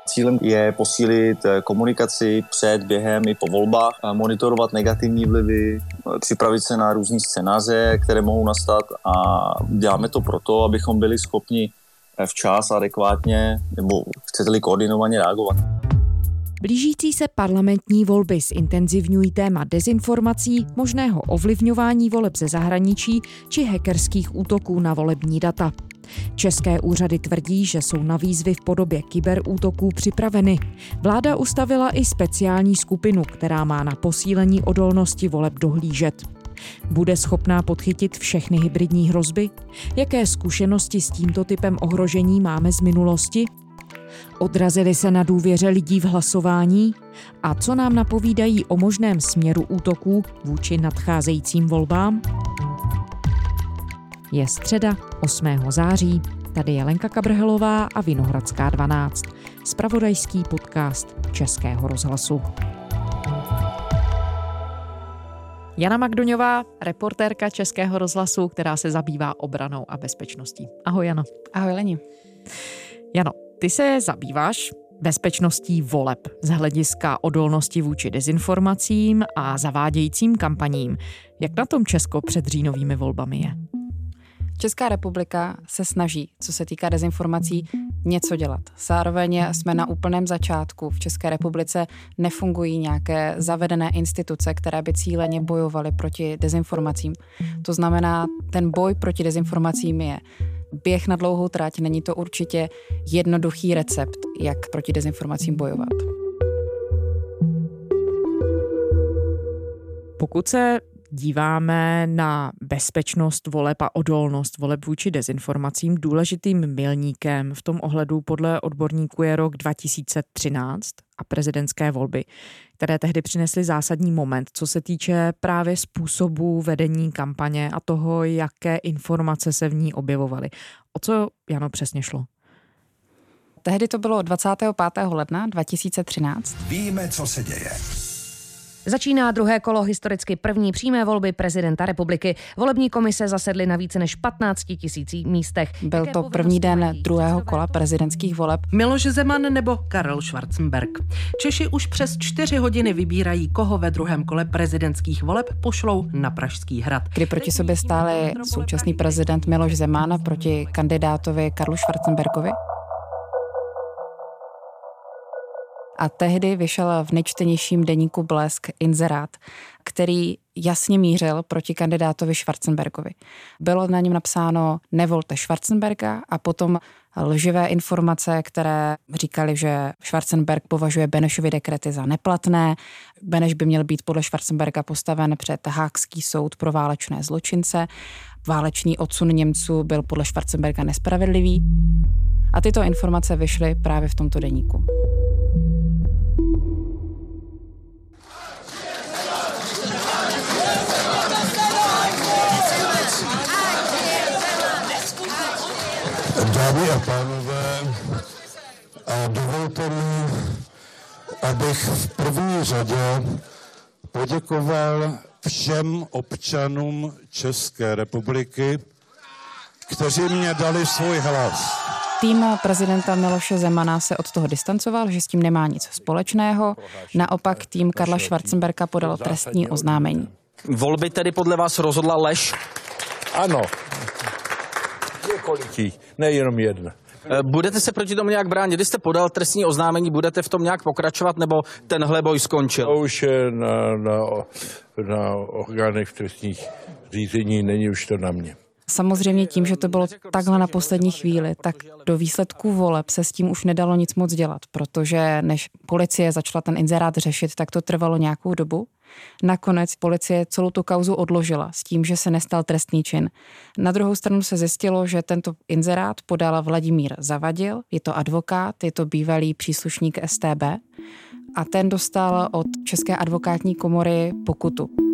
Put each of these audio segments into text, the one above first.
Cílem je posílit komunikaci před, během i po volbách, monitorovat negativní vlivy, připravit se na různý scénáře, které mohou nastat, a děláme to proto, abychom byli schopni včas, adekvátně nebo chcete-li koordinovaně reagovat. Blížící se parlamentní volby zintenzivňují téma dezinformací, možného ovlivňování voleb ze zahraničí či hackerských útoků na volební data. České úřady tvrdí, že jsou na výzvy v podobě kyberútoků připraveny. Vláda ustavila i speciální skupinu, která má na posílení odolnosti voleb dohlížet. Bude schopná podchytit všechny hybridní hrozby? Jaké zkušenosti s tímto typem ohrožení máme z minulosti? Odrazily se na důvěře lidí v hlasování? A co nám napovídají o možném směru útoků vůči nadcházejícím volbám? Je středa 8. září. Tady je Lenka Kabrhelová a Vinohradská 12. Zpravodajský podcast Českého rozhlasu. Jana Magdoňová, reportérka Českého rozhlasu, která se zabývá obranou a bezpečností. Ahoj, Jano. Ahoj, Leni. Jano, ty se zabýváš bezpečností voleb z hlediska odolnosti vůči dezinformacím a zavádějícím kampaním. Jak na tom Česko před říjnovými volbami je? Česká republika se snaží, co se týká dezinformací, něco dělat. Zároveň jsme na úplném začátku. V České republice nefungují nějaké zavedené instituce, které by cíleně bojovaly proti dezinformacím. To znamená, ten boj proti dezinformacím je běh na dlouhou trať, není to určitě jednoduchý recept, jak proti dezinformacím bojovat. Pokud se díváme na bezpečnost voleb a odolnost voleb vůči dezinformacím, důležitým milníkem v tom ohledu podle odborníků je rok 2013 a prezidentské volby, které tehdy přinesly zásadní moment, co se týče právě způsobu vedení kampaně a toho, jaké informace se v ní objevovaly. O co, Jano, přesně šlo? Tehdy to bylo 25. ledna 2013. Víme, co se děje. Začíná druhé kolo historicky první přímé volby prezidenta republiky. Volební komise zasedly na více než 15 000 místech. Byl to první den druhého kola prezidentských voleb. Miloš Zeman nebo Karel Schwarzenberg. Češi už přes 4 hodiny vybírají, koho ve druhém kole prezidentských voleb pošlou na Pražský hrad. Kdy proti sobě stáli současný prezident Miloš Zeman proti kandidátovi Karlu Schwarzenbergovi. A tehdy vyšel v nejčtenějším deníku Blesk inzerát, který jasně mířil proti kandidátovi Schwarzenbergovi. Bylo na něm napsáno nevolte Schwarzenberga a potom lživé informace, které říkali, že Schwarzenberg považuje Benešovy dekrety za neplatné. Beneš by měl být podle Schwarzenberga postaven před Haagský soud pro válečné zločince. Válečný odsun Němců byl podle Schwarzenberga nespravedlivý. A tyto informace vyšly právě v tomto deníku. Dámy a pánové, a dovolte mi, abych v první řadě poděkoval všem občanům České republiky, kteří mě dali svůj hlas. Tým prezidenta Miloše Zemana se od toho distancoval, že s tím nemá nic společného. Naopak tým Karla Schwarzenberga podal trestní oznámení. Volby tedy podle vás rozhodla lež? Ano. Několiký, nejenom jedna. Budete se proti tomu nějak bránit? Když jste podal trestní oznámení, budete v tom nějak pokračovat, nebo tenhle boj skončil? To už je na orgánech trestních řízení, není už to na mě. Samozřejmě tím, že to bylo takhle na poslední chvíli, tak do výsledků voleb se s tím už nedalo nic moc dělat, protože než policie začala ten inzerát řešit, tak to trvalo nějakou dobu. Nakonec policie celou tu kauzu odložila s tím, že se nestal trestný čin. Na druhou stranu se zjistilo, že tento inzerát podal Vladimír Zavadil, je to advokát, je to bývalý příslušník StB a ten dostal od České advokátní komory pokutu.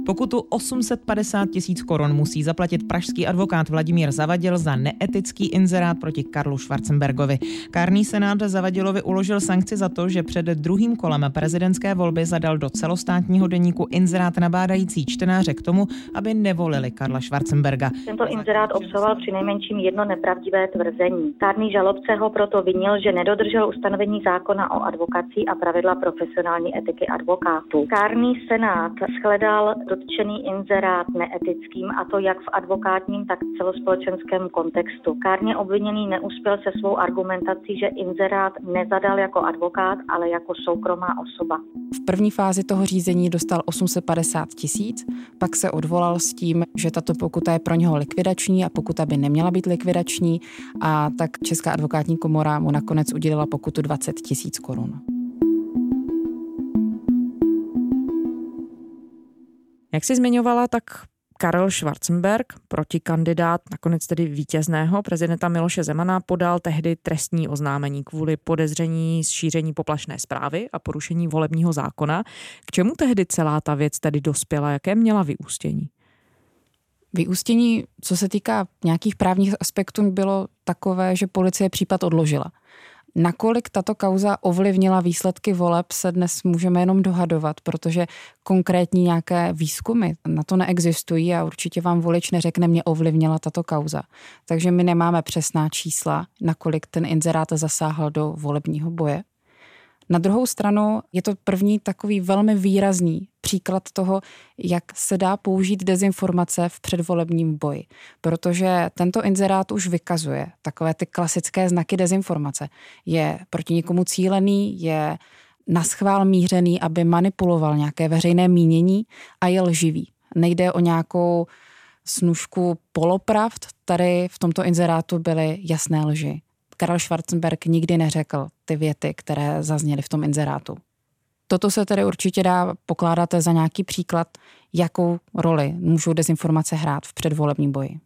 Pokutu 850 000 korun musí zaplatit pražský advokát Vladimír Zavadil za neetický inzerát proti Karlu Schwarzenbergovi. Kárný senát Zavadilovi uložil sankci za to, že před druhým kolem prezidentské volby zadal do celostátního deníku inzerát nabádající čtenáře k tomu, aby nevolili Karla Schwarzenberga. Tento inzerát obsahoval přinejmenším jedno nepravdivé tvrzení. Kárný žalobce ho proto vinil, že nedodržel ustanovení zákona o advokacii a pravidla profesionální etiky advokátů. Kárný senát shledal dotčený inzerát neetickým, a to jak v advokátním, tak v celospolečenském kontextu. Kárně obviněný neuspěl se svou argumentací, že inzerát nezadal jako advokát, ale jako soukromá osoba. V první fázi toho řízení dostal 850 000, pak se odvolal s tím, že tato pokuta je pro něho likvidační a pokuta by neměla být likvidační, a tak Česká advokátní komora mu nakonec udělila pokutu 20 000 korun. Jak jsi zmiňovala, tak Karel Schwarzenberg, protikandidát, nakonec tedy vítězného prezidenta Miloše Zemana, podal tehdy trestní oznámení kvůli podezření z šíření poplašné zprávy a porušení volebního zákona. K čemu tehdy celá ta věc tedy dospěla? Jaké měla vyústění? Vyústění, co se týká nějakých právních aspektů, bylo takové, že policie případ odložila. Nakolik tato kauza ovlivnila výsledky voleb, se dnes můžeme jenom dohadovat, protože konkrétní nějaké výzkumy na to neexistují a určitě vám volič neřekne, mě ovlivnila tato kauza. Takže my nemáme přesná čísla, nakolik ten inzerát zasáhl do volebního boje. Na druhou stranu je to první takový velmi výrazný příklad toho, jak se dá použít dezinformace v předvolebním boji. Protože tento inzerát už vykazuje takové ty klasické znaky dezinformace. Je proti někomu cílený, je naschvál mířený, aby manipuloval nějaké veřejné mínění, a je lživý. Nejde o nějakou snůšku polopravd, tady v tomto inzerátu byly jasné lži. Karel Schwarzenberg nikdy neřekl ty věty, které zazněly v tom inzerátu. Toto se tedy určitě dá pokládat za nějaký příklad, jakou roli můžou dezinformace hrát v předvolebním boji.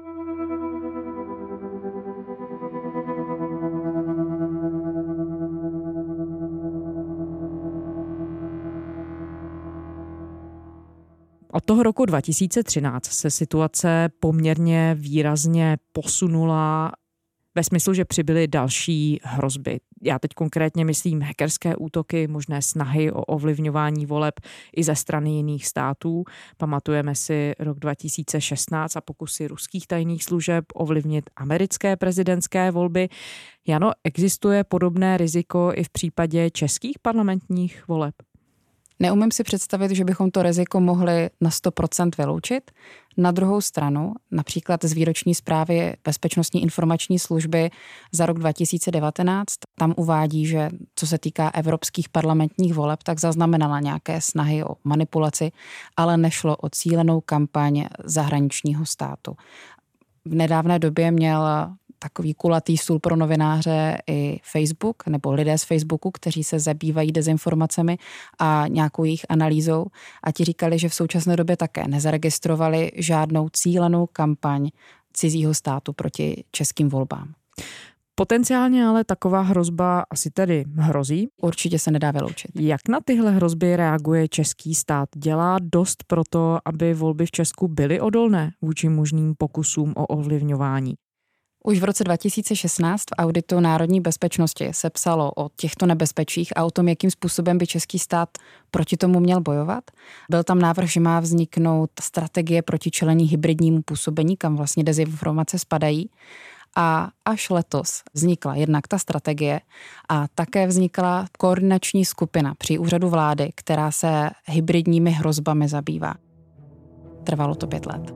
Od toho roku 2013 se situace poměrně výrazně posunula ve smyslu, že přibyly další hrozby. Já teď konkrétně myslím hackerské útoky, možné snahy o ovlivňování voleb i ze strany jiných států. Pamatujeme si rok 2016 a pokusy ruských tajných služeb ovlivnit americké prezidentské volby. Jano, existuje podobné riziko i v případě českých parlamentních voleb? Neumím si představit, že bychom to riziko mohli na 100% vyloučit. Na druhou stranu, například z výroční zprávy Bezpečnostní informační služby za rok 2019, tam uvádí, že co se týká evropských parlamentních voleb, tak zaznamenala nějaké snahy o manipulaci, ale nešlo o cílenou kampaň zahraničního státu. V nedávné době měl takový kulatý stůl pro novináře i Facebook, nebo lidé z Facebooku, kteří se zabývají dezinformacemi a nějakou jejich analýzou, a ti říkali, že v současné době také nezaregistrovali žádnou cílenou kampaň cizího státu proti českým volbám. Potenciálně ale taková hrozba asi tedy hrozí. Určitě se nedá vyloučit. Jak na tyhle hrozby reaguje český stát? Dělá dost pro to, aby volby v Česku byly odolné vůči možným pokusům o ovlivňování? Už v roce 2016 v auditu národní bezpečnosti se psalo o těchto nebezpečích a o tom, jakým způsobem by český stát proti tomu měl bojovat. Byl tam návrh, že má vzniknout strategie proti čelení hybridnímu působení, kam vlastně dezinformace spadají. A až letos vznikla jednak ta strategie a také vznikla koordinační skupina při úřadu vlády, která se hybridními hrozbami zabývá. Trvalo to 5 let.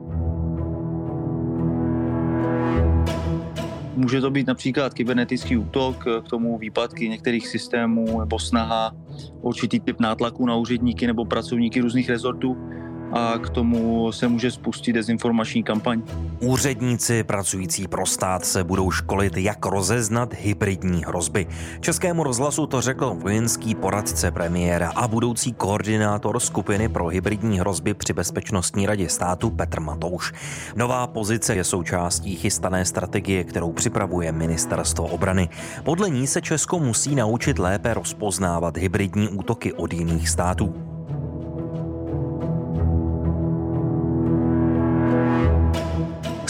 Může to být například kybernetický útok, k tomu výpadky některých systémů nebo snaha určitý typ nátlaku na úředníky nebo pracovníky různých rezortů, a k tomu se může spustit dezinformační kampaň. Úředníci pracující pro stát se budou školit, jak rozeznat hybridní hrozby. Českému rozhlasu to řekl vojenský poradce premiéra a budoucí koordinátor skupiny pro hybridní hrozby při Bezpečnostní radě státu Petr Matouš. Nová pozice je součástí chystané strategie, kterou připravuje Ministerstvo obrany. Podle ní se Česko musí naučit lépe rozpoznávat hybridní útoky od jiných států.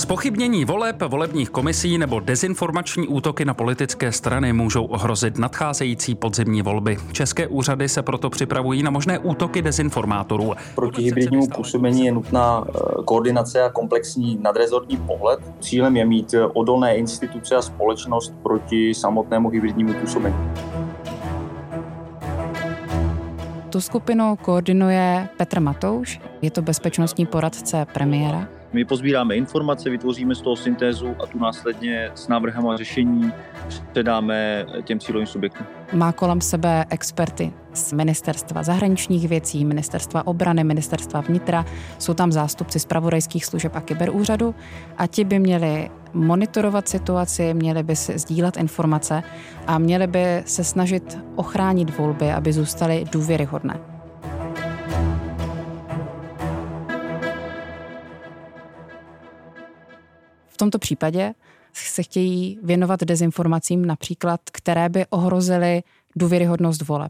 Zpochybnění voleb, volebních komisí nebo dezinformační útoky na politické strany můžou ohrozit nadcházející podzimní volby. České úřady se proto připravují na možné útoky dezinformátorů. Proti hybridnímu působení je nutná koordinace a komplexní nadrezortní pohled. Cílem je mít odolné instituce a společnost proti samotnému hybridnímu působení. Tu skupinu koordinuje Petr Matouš, je to bezpečnostní poradce premiéra. My pozbíráme informace, vytvoříme z toho syntézu a tu následně s návrhem a řešení předáme těm cílovým subjektům. Má kolem sebe experty z Ministerstva zahraničních věcí, Ministerstva obrany, Ministerstva vnitra, jsou tam zástupci zpravodajských služeb a kyberúřadu a ti by měli monitorovat situaci, měli by si sdílet informace a měli by se snažit ochránit volby, aby zůstaly důvěryhodné. V tomto případě se chtějí věnovat dezinformacím například, které by ohrozily důvěryhodnost voleb.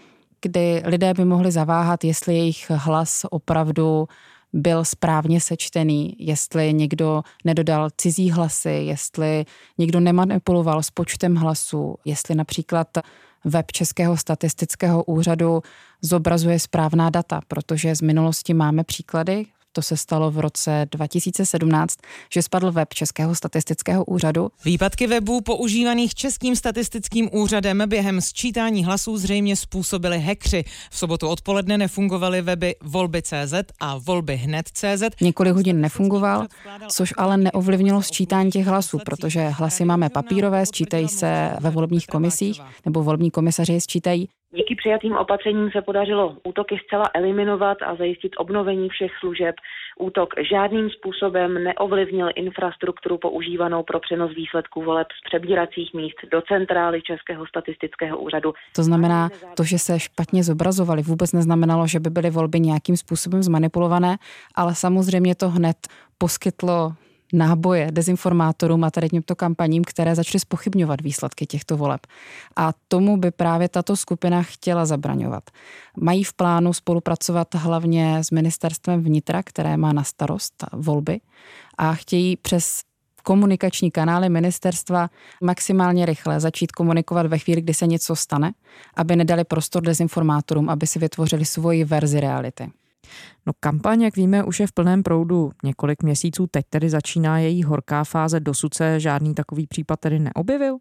Kdy lidé by mohli zaváhat, jestli jejich hlas opravdu byl správně sečtený, jestli někdo nedodal cizí hlasy, jestli někdo nemanipuloval s počtem hlasů, jestli například web Českého statistického úřadu zobrazuje správná data, protože z minulosti máme příklady. To se stalo v roce 2017, že spadl web Českého statistického úřadu. Výpadky webů používaných Českým statistickým úřadem během sčítání hlasů zřejmě způsobili hackři. V sobotu odpoledne nefungovaly weby volby.cz a volbyhned.cz. Několik hodin nefungoval, což ale neovlivnilo sčítání těch hlasů, protože hlasy máme papírové, sčítají se ve volebních komisích, nebo volební komisaři je sčítají. Díky přijatým opatřením se podařilo útoky zcela eliminovat a zajistit obnovení všech služeb. Útok žádným způsobem neovlivnil infrastrukturu používanou pro přenos výsledků voleb z přebíracích míst do centrály Českého statistického úřadu. To znamená, to, že se špatně zobrazovaly, vůbec neznamenalo, že by byly volby nějakým způsobem zmanipulované, ale samozřejmě to hned poskytlo náboje dezinformátorům a tady těmto kampaním, které začaly zpochybňovat výsledky těchto voleb. A tomu by právě tato skupina chtěla zabraňovat. Mají v plánu spolupracovat hlavně s Ministerstvem vnitra, které má na starost volby a chtějí přes komunikační kanály ministerstva maximálně rychle začít komunikovat ve chvíli, kdy se něco stane, aby nedali prostor dezinformátorům, aby si vytvořili svoji verzi reality. No kampaň, jak víme, už je v plném proudu několik měsíců, teď tedy začíná její horká fáze, dosud se žádný takový případ tedy neobjevil?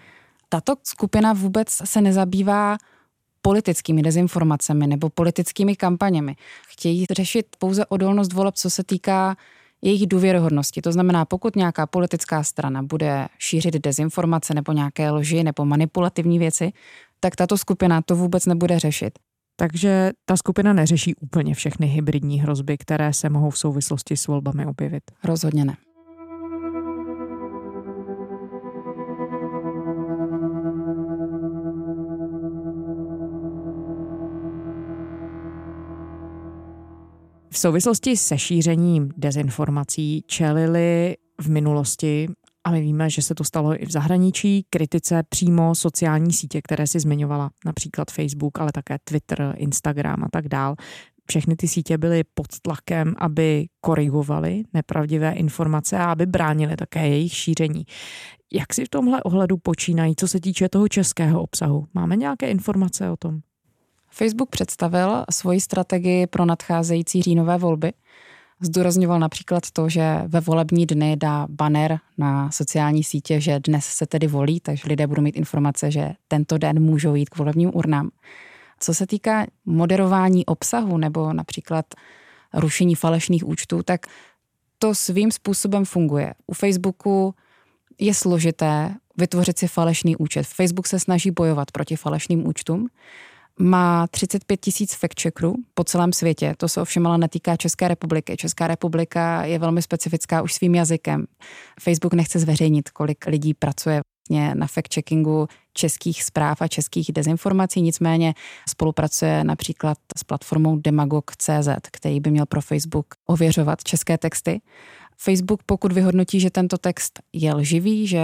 Tato skupina vůbec se nezabývá politickými dezinformacemi nebo politickými kampaněmi. Chtějí řešit pouze odolnost voleb, co se týká jejich důvěryhodnosti. To znamená, pokud nějaká politická strana bude šířit dezinformace nebo nějaké lži nebo manipulativní věci, tak tato skupina to vůbec nebude řešit. Takže ta skupina neřeší úplně všechny hybridní hrozby, které se mohou v souvislosti s volbami objevit. Rozhodně ne. V souvislosti se šířením dezinformací čelili v minulosti, a my víme, že se to stalo i v zahraničí, kritice přímo sociální sítě, které si zmiňovala, například Facebook, ale také Twitter, Instagram a tak dál. Všechny ty sítě byly pod tlakem, aby korigovaly nepravdivé informace a aby bránily také jejich šíření. Jak si v tomhle ohledu počínají, co se týče toho českého obsahu? Máme nějaké informace o tom? Facebook představil svoji strategii pro nadcházející říjnové volby. Zdůrazňoval například to, že ve volební dny dá banner na sociální sítě, že dnes se tedy volí, takže lidé budou mít informace, že tento den můžou jít k volebním urnám. Co se týká moderování obsahu nebo například rušení falešných účtů, tak to svým způsobem funguje. U Facebooku je složité vytvořit si falešný účet. Facebook se snaží bojovat proti falešným účtům. Má 35 000 fact-checkerů po celém světě. To se ovšem ale netýká České republiky. Česká republika je velmi specifická už svým jazykem. Facebook nechce zveřejnit, kolik lidí pracuje na fact-checkingu českých zpráv a českých dezinformací, nicméně spolupracuje například s platformou Demagog.cz, který by měl pro Facebook ověřovat české texty. Facebook, pokud vyhodnotí, že tento text je lživý, že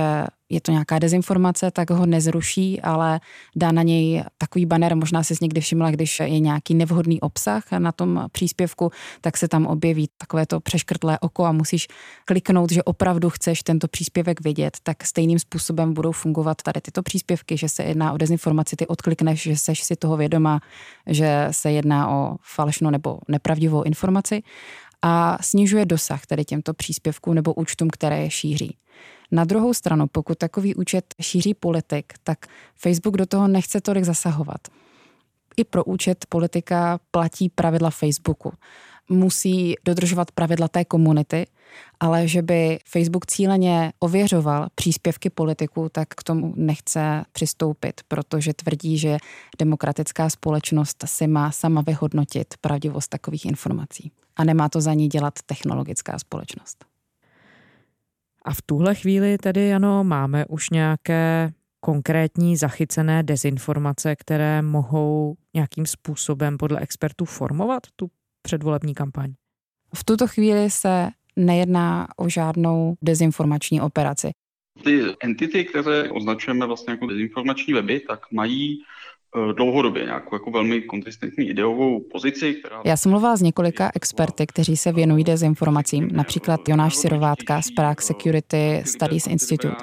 je to nějaká dezinformace, tak ho nezruší, ale dá na něj takový banner, možná si někdy všimla, když je nějaký nevhodný obsah na tom příspěvku, tak se tam objeví takové to přeškrtlé oko a musíš kliknout, že opravdu chceš tento příspěvek vidět, tak stejným způsobem budou fungovat tady tyto příspěvky, že se jedná o dezinformaci, ty odklikneš, že seš si toho vědoma, že se jedná o falešnou nebo nepravdivou informaci a snižuje dosah tady těmto příspěvkům nebo účtům, které je šíří. Na druhou stranu, pokud takový účet šíří politik, tak Facebook do toho nechce tolik zasahovat. I pro účet politika platí pravidla Facebooku. Musí dodržovat pravidla té komunity, ale že by Facebook cíleně ověřoval příspěvky politiků, tak k tomu nechce přistoupit, protože tvrdí, že demokratická společnost si má sama vyhodnotit pravdivost takových informací. A nemá to za ní dělat technologická společnost. A v tuhle chvíli tedy, ano, máme už nějaké konkrétní zachycené dezinformace, které mohou nějakým způsobem podle expertů formovat tu předvolební kampaň? V tuto chvíli se nejedná o žádnou dezinformační operaci. Ty entity, které označujeme vlastně jako dezinformační weby, tak mají dlouhodobě nějakou jako velmi konzistentní ideovou pozici. Já jsem mluvila s několika experty, kteří se věnují dezinformacím, například Jonáš Syrovátka z Prague Security Studies Institute.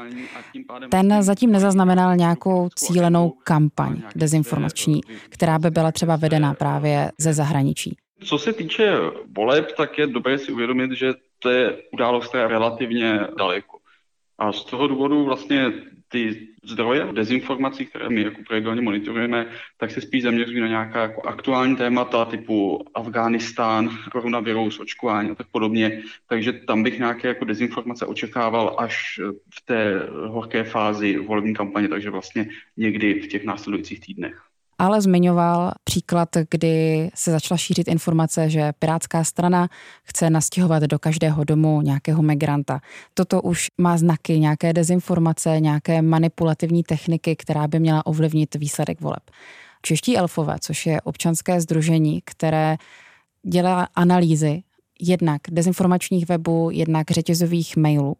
Ten zatím nezaznamenal nějakou cílenou kampaň dezinformační, která by byla třeba vedená právě ze zahraničí. Co se týče voleb, tak je dobré si uvědomit, že to je událost, která je relativně daleko. A z toho důvodu vlastně ty zdroje dezinformací, které my jako pravidelně monitorujeme, tak se spíš zaměřují na nějaká jako aktuální témata typu Afghánistán, koronavirus, očkování a tak podobně. Takže tam bych nějaké jako dezinformace očekával až v té horké fázi volební kampaně, takže vlastně někdy v těch následujících týdnech. Ale zmiňoval příklad, kdy se začala šířit informace, že Pirátská strana chce nastěhovat do každého domu nějakého migranta. Toto už má znaky nějaké dezinformace, nějaké manipulativní techniky, která by měla ovlivnit výsledek voleb. Čeští elfové, což je občanské sdružení, které dělá analýzy jednak dezinformačních webů, jednak řetězových mailů.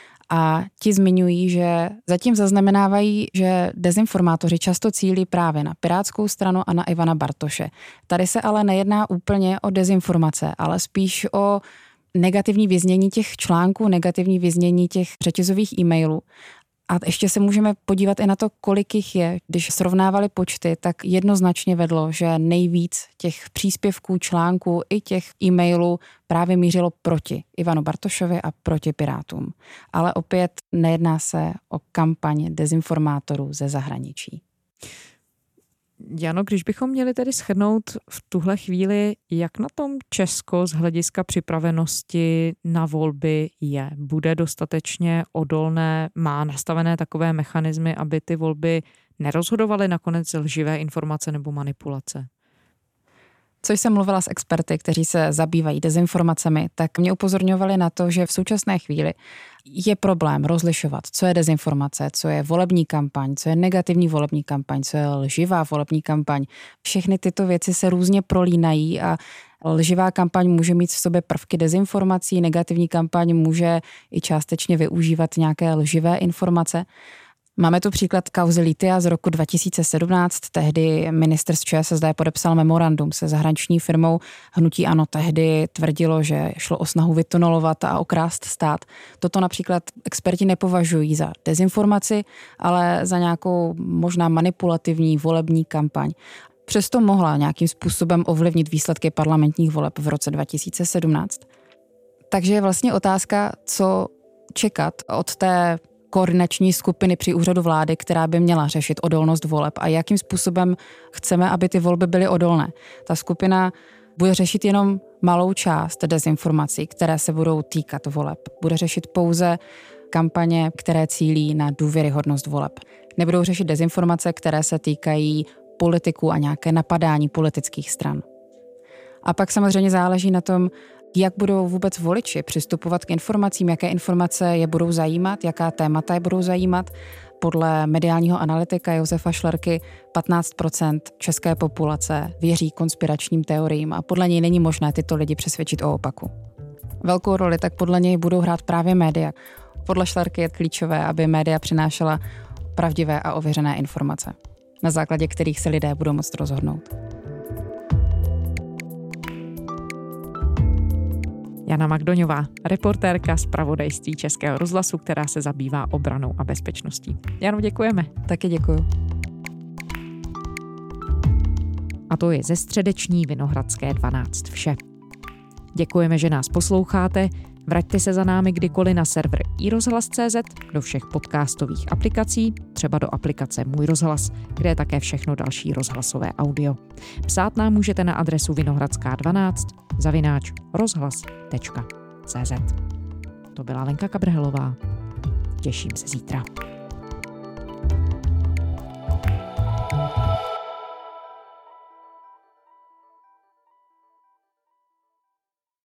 A ti zmiňují, že zatím zaznamenávají, že dezinformátoři často cílí právě na Pirátskou stranu a na Ivana Bartoše. Tady se ale nejedná úplně o dezinformace, ale spíš o negativní vyznění těch článků, negativní vyznění těch řetězových e-mailů. A ještě se můžeme podívat i na to, kolik jich je. Když srovnávali počty, tak jednoznačně vedlo, že nejvíc těch příspěvků, článků i těch e-mailů právě mířilo proti Ivanu Bartošovi a proti Pirátům. Ale opět nejedná se o kampaň dezinformátorů ze zahraničí. Jano, když bychom měli tedy shrnout v tuhle chvíli, jak na tom Česko z hlediska připravenosti na volby je? Bude dostatečně odolné, má nastavené takové mechanismy, aby ty volby nerozhodovaly nakonec lživé informace nebo manipulace? Co jsem mluvila s experty, kteří se zabývají dezinformacemi, tak mě upozorňovali na to, že v současné chvíli je problém rozlišovat, co je dezinformace, co je volební kampaň, co je negativní volební kampaň, co je lživá volební kampaň. Všechny tyto věci se různě prolínají a lživá kampaň může mít v sobě prvky dezinformací, negativní kampaň může i částečně využívat nějaké lživé informace. Máme tu příklad kauzy Lithia z roku 2017. Tehdy ministr z ČSSD podepsal memorandum se zahraniční firmou. Hnutí ANO tehdy tvrdilo, že šlo o snahu vytunelovat a okrást stát. Toto například experti nepovažují za dezinformaci, ale za nějakou možná manipulativní volební kampaň. Přesto mohla nějakým způsobem ovlivnit výsledky parlamentních voleb v roce 2017. Takže je vlastně otázka, co čekat od té koordinační skupiny při úřadu vlády, která by měla řešit odolnost voleb a jakým způsobem chceme, aby ty volby byly odolné. Ta skupina bude řešit jenom malou část dezinformací, které se budou týkat voleb. Bude řešit pouze kampaně, které cílí na důvěryhodnost voleb. Nebudou řešit dezinformace, které se týkají politiků a nějaké napadání politických stran. A pak samozřejmě záleží na tom, jak budou vůbec voliči přistupovat k informacím, jaké informace je budou zajímat, jaká témata je budou zajímat. Podle mediálního analytika Josefa Šlerky 15% české populace věří konspiračním teoriím a podle něj není možné tyto lidi přesvědčit o opaku. Velkou roli tak podle něj budou hrát právě média. Podle Šlerky je klíčové, aby média přinášela pravdivé a ověřené informace, na základě kterých se lidé budou moct rozhodnout. Jana Magdoňová, reportérka zpravodajství Českého rozhlasu, která se zabývá obranou a bezpečností. Janu, děkujeme. Taky děkuju. A to je ze středeční Vinohradské 12 vše. Děkujeme, že nás posloucháte. Vraťte se za námi kdykoliv na server iRozhlas.cz, do všech podcastových aplikací, třeba do aplikace Můj rozhlas, kde je také všechno další rozhlasové audio. Psát nám můžete na adresu vinohradská12 @rozhlas.cz. To byla Lenka Kabrhelová. Těším se zítra.